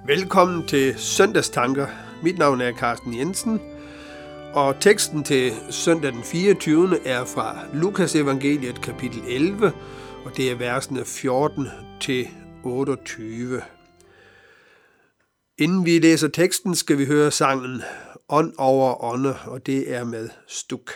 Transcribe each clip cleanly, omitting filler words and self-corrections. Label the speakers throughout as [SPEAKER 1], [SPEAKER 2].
[SPEAKER 1] Velkommen til Søndagstanker. Mit navn er Carsten Jensen, og teksten til søndag den 24. er fra Lukas evangeliet kapitel 11, og det er versene 14 til 28. Inden vi læser teksten, skal vi høre sangen Ånd over ånde, og det er med Stuk.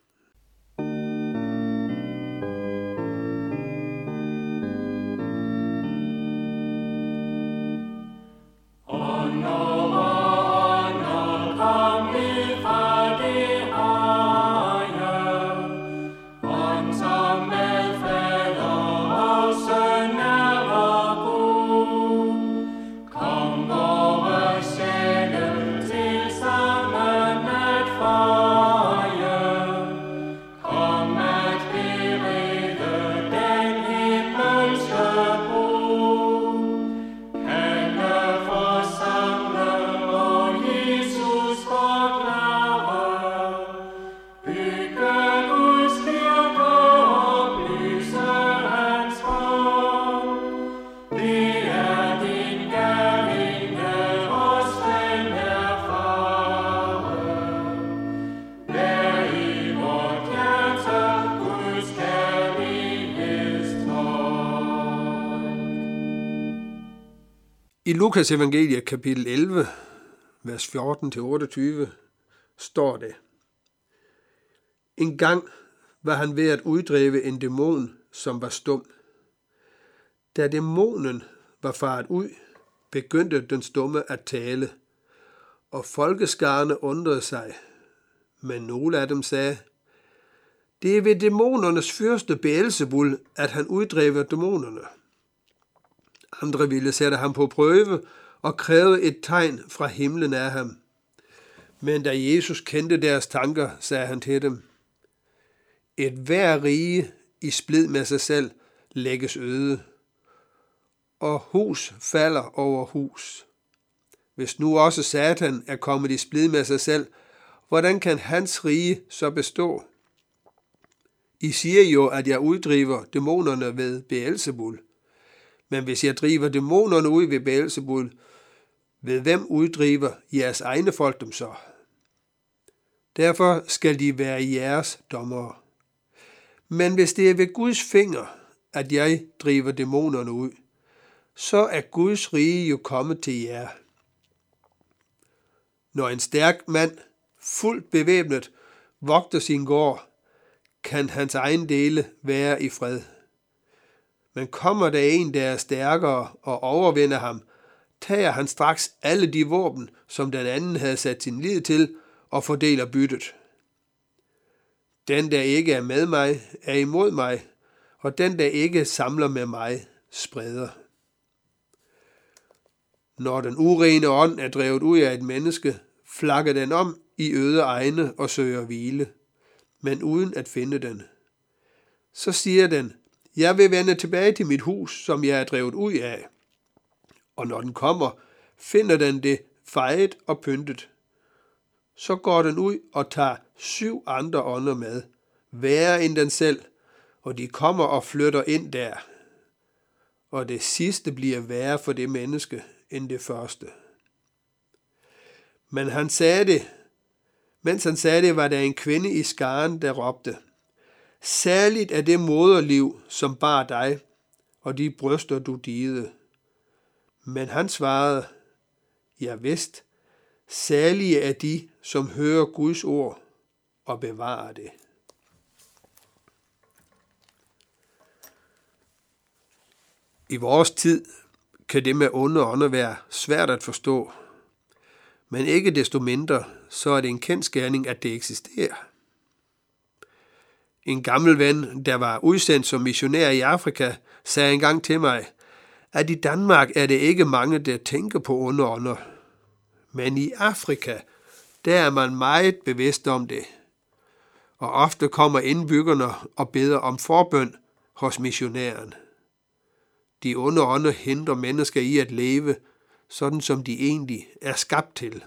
[SPEAKER 1] I Lukas evangeliet kapitel 11, vers 14-28, står det: En gang var han ved at uddrive en dæmon, som var stum. Da dæmonen var faret ud, begyndte den stumme at tale, og folkeskarne undrede sig. Men nogle af dem sagde: Det er ved dæmonernes fyrste Beelzebul, at han uddriver dæmonerne. Andre ville sætte ham på prøve og kræve et tegn fra himlen af ham. Men da Jesus kendte deres tanker, sagde han til dem: Et hver rige i splid med sig selv lægges øde, og hus falder over hus. Hvis nu også Satan er kommet i splid med sig selv, hvordan kan hans rige så bestå? I siger jo, at jeg uddriver dæmonerne ved Beelzebul. Men hvis jeg driver dæmonerne ud ved Beelzebul, ved hvem uddriver jeres egne folk dem så? Derfor skal de være jeres dommere. Men hvis det er ved Guds finger, at jeg driver dæmonerne ud, så er Guds rige jo kommet til jer. Når en stærk mand, fuldt bevæbnet, vogter sin gård, kan hans egen dele være i fred. Men kommer der en, der er stærkere og overvinder ham, tager han straks alle de våben, som den anden havde sat sin lid til, og fordeler byttet. Den, der ikke er med mig, er imod mig, og den, der ikke samler med mig, spreder. Når den urene ånd er drevet ud af et menneske, flakker den om i øde egne og søger hvile, men uden at finde den. Så siger den: Jeg vil vende tilbage til mit hus, som jeg er drevet ud af. Og når den kommer, finder den det fejet og pyntet. Så går den ud og tager 7 andre ånder med, værre end den selv, og de kommer og flytter ind der. Og det sidste bliver værre for det menneske end det første. Men mens han sagde det, var der en kvinde i skaren, der råbte: Særligt er det moderliv, som bar dig, og de bryster, du digede. Men han svarede: Ja vist, særlige er de, som hører Guds ord og bevarer det. I vores tid kan det med onde ånder være svært at forstå, men ikke desto mindre, så er det en kendsgerning, at det eksisterer. En gammel ven, der var udsendt som missionær i Afrika, sagde engang til mig, at i Danmark er det ikke mange, der tænker på onde ånder. Men i Afrika, der er man meget bevidst om det. Og ofte kommer indbyggerne og beder om forbøn hos missionæren. De onde ånder hindrer mennesker i at leve, sådan som de egentlig er skabt til.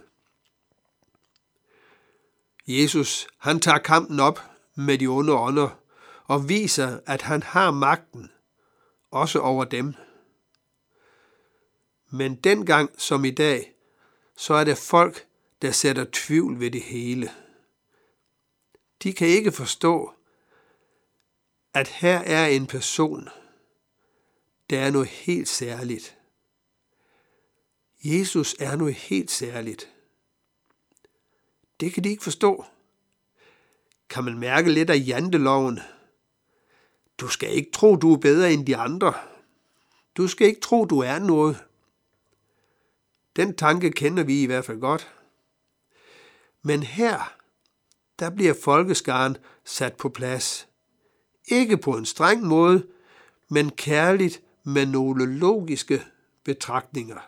[SPEAKER 1] Jesus, han tager kampen op med de onde ånder og viser, at han har magten, også over dem. Men dengang som i dag, så er der folk, der sætter tvivl ved det hele. De kan ikke forstå, at her er en person, der er noget helt særligt. Jesus er noget helt særligt. Det kan de ikke forstå. Kan man mærke lidt af janteloven? Du skal ikke tro, du er bedre end de andre. Du skal ikke tro, du er noget. Den tanke kender vi i hvert fald godt. Men her, der bliver folkeskaren sat på plads. Ikke på en streng måde, men kærligt med nogle logiske betragtninger.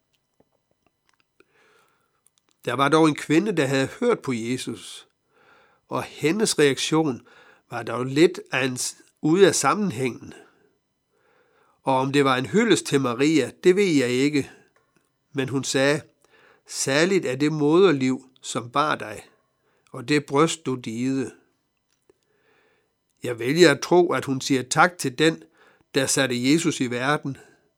[SPEAKER 1] Der var dog en kvinde, der havde hørt på Jesus, og hendes reaktion var dog lidt ude af sammenhængen. Og om det var en hyldest til Maria, det ved jeg ikke. Men hun sagde, særligt er det moderliv, som bar dig, og det bryst du digede. Jeg vælger at tro, at hun siger tak til den, der satte Jesus i verden.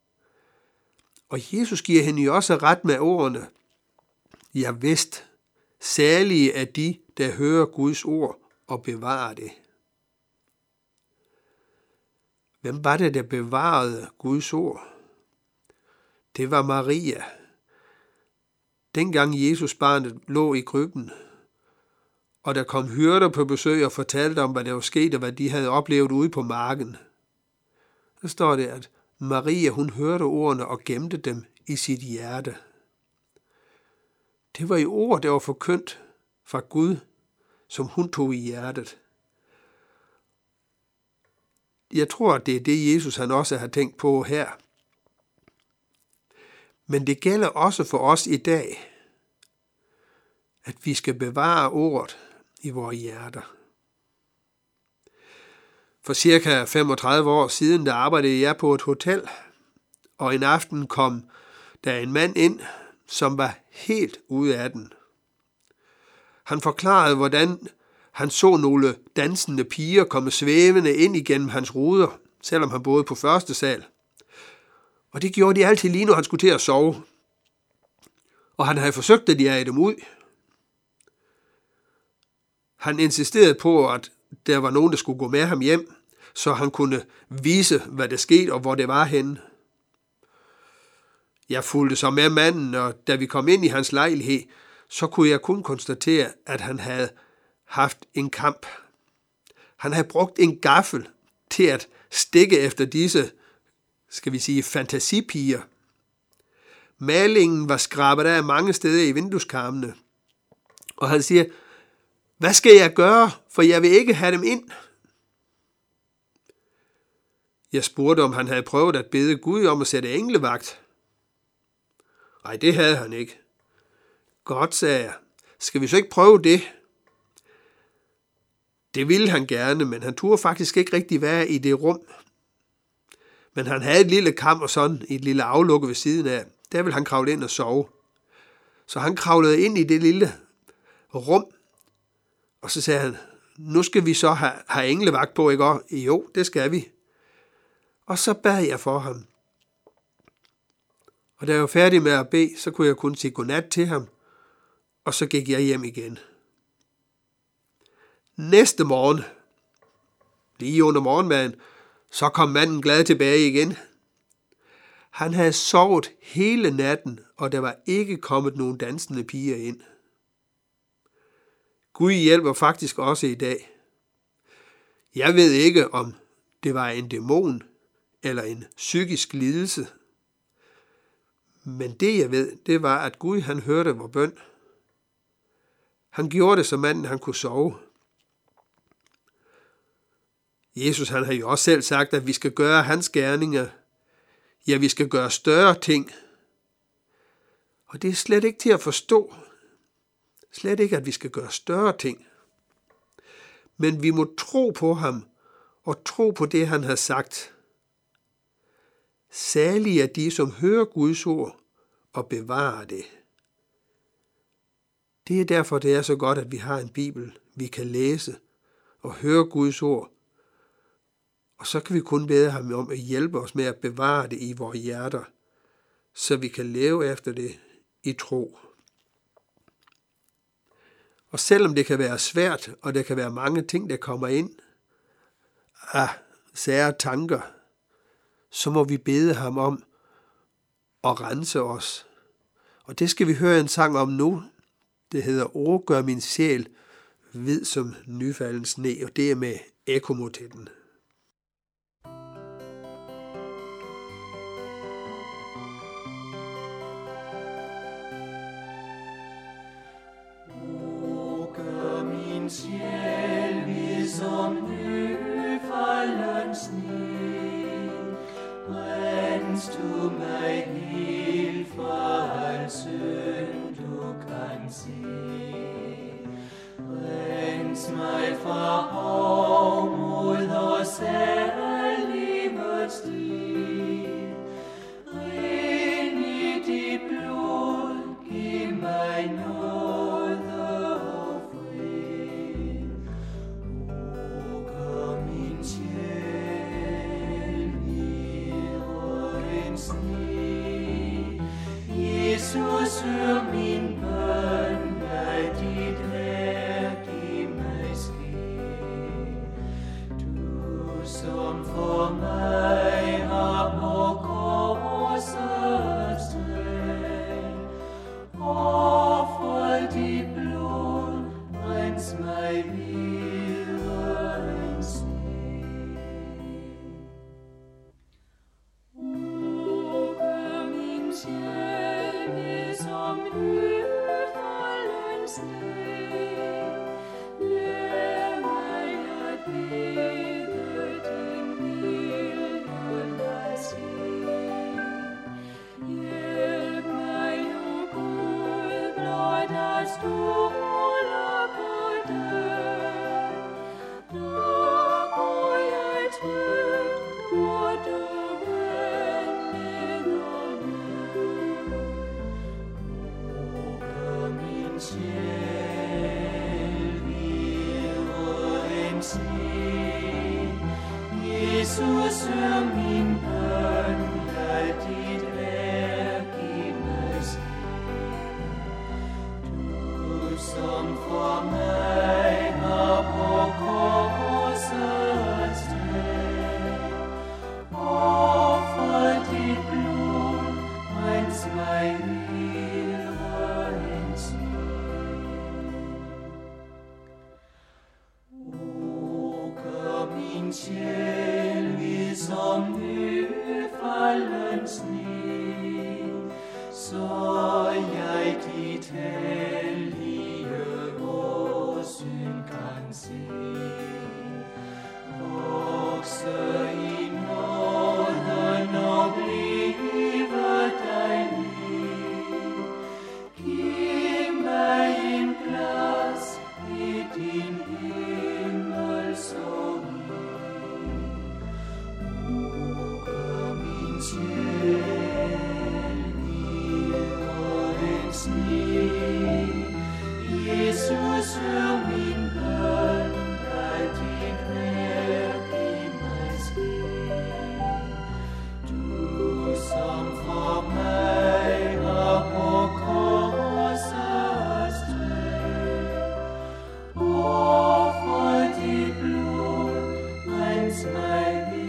[SPEAKER 1] Og Jesus giver hende jo også ret med ordene. Jeg vidste, særlige er de, der hører Guds ord og bevarer det. Hvem var det, der bevarede Guds ord? Det var Maria. Dengang Jesus barnet lå i krybben, og der kom hyrder på besøg og fortalte om, hvad der var sket og hvad de havde oplevet ude på marken. Der står det, at Maria, hun hørte ordene og gemte dem i sit hjerte. Det var jo ord, der var forkyndt fra Gud, som hun tog i hjertet. Jeg tror, at det er det, Jesus han også har tænkt på her. Men det gælder også for os i dag, at vi skal bevare ordet i vores hjerter. For cirka 35 år siden, der arbejdede jeg på et hotel, og en aften kom der en mand ind, som var helt ude af den. Han forklarede, hvordan han så nogle dansende piger komme svævende ind igennem hans ruder, selvom han boede på første sal. Og det gjorde de altid lige, når han skulle til at sove. Og han havde forsøgt at jage dem ud. Han insisterede på, at der var nogen, der skulle gå med ham hjem, så han kunne vise, hvad der skete og hvor det var henne. Jeg fulgte så med manden, og da vi kom ind i hans lejlighed, så kunne jeg kun konstatere, at han havde haft en kamp. Han havde brugt en gaffel til at stikke efter disse, skal vi sige, fantasipiger. Malingen var skrabet af mange steder i vindueskarmene. Og han siger, hvad skal jeg gøre, for jeg vil ikke have dem ind? Jeg spurgte, om han havde prøvet at bede Gud om at sætte englevagt. Nej, det havde han ikke. Godt, sagde jeg. Skal vi så ikke prøve det? Det ville han gerne, men han turde faktisk ikke rigtig være i det rum. Men han havde et lille kammer sådan, et lille aflukke ved siden af. Der ville han kravle ind og sove. Så han kravlede ind i det lille rum, og så sagde han, nu skal vi så have englevagt på, ikke? Og jo, det skal vi. Og så bad jeg for ham. Og da jeg var færdig med at bede, så kunne jeg kun sige godnat til ham, og så gik jeg hjem igen. Næste morgen, lige under morgenmaden, så kom manden glad tilbage igen. Han havde sovet hele natten, og der var ikke kommet nogen dansende piger ind. Gud hjælper faktisk også i dag. Jeg ved ikke, om det var en dæmon eller en psykisk lidelse. Men det jeg ved, det var, at Gud han hørte vor bøn. Han gjorde det, så manden han kunne sove. Jesus han har jo også selv sagt, at vi skal gøre hans gerninger. Ja, vi skal gøre større ting. Og det er slet ikke til at forstå. Slet ikke, at vi skal gøre større ting. Men vi må tro på ham og tro på det, han har sagt. Salige er de, som hører Guds ord og bevarer det. Det er derfor, det er så godt, at vi har en bibel, vi kan læse og høre Guds ord. Og så kan vi kun bede ham om at hjælpe os med at bevare det i vores hjerter, så vi kan leve efter det i tro. Og selvom det kan være svært, og der kan være mange ting, der kommer ind af sære tanker, så må vi bede ham om at rense os. Og det skal vi høre en sang om nu. Det hedder "O gør min sjæl hvid som nyfalden sne", og det er med ekkomotetten.
[SPEAKER 2] O gør min sjæl hvid som nyfalden sne, rens du mig helt fra al synd du kan se. Rens mig fra hovmod og særlighed sti. Ren i dit blod, giv mig nåde og fred. O gør min sjæl hvidere end sne. Jesus, hør min bøn, lad dit værk i mig ske. Du som for mig har på korsets træ offret dit blod, rens mig hvidere end sne. O gør min sjæl hvid som nyfalden sne. Lær mig at bede din vilje mig ske. Hjælp mig nu, Gud, blot at stole på dig. Der går jeg trygt, hvor du henleder mig. O gør min sjæl hvidere end sne. Jesus, hør min bøn, lad dit værk i mig ske. Du som for mig har på korsets træ offret dit blod, rens mig hvidere end sne. O gør min sjæl hvid som nyfalden sne, så jeg dit hellige åsyn kan se. Vokse i nåden og blive dig lig. Giv mig en plads i din himmel så rig. O gør min sjæl hvidere end sne. Jesus, hør min bøn, lad dit værk i mig ske. Du som for mig har på korsets træ offret dit blod, rens mig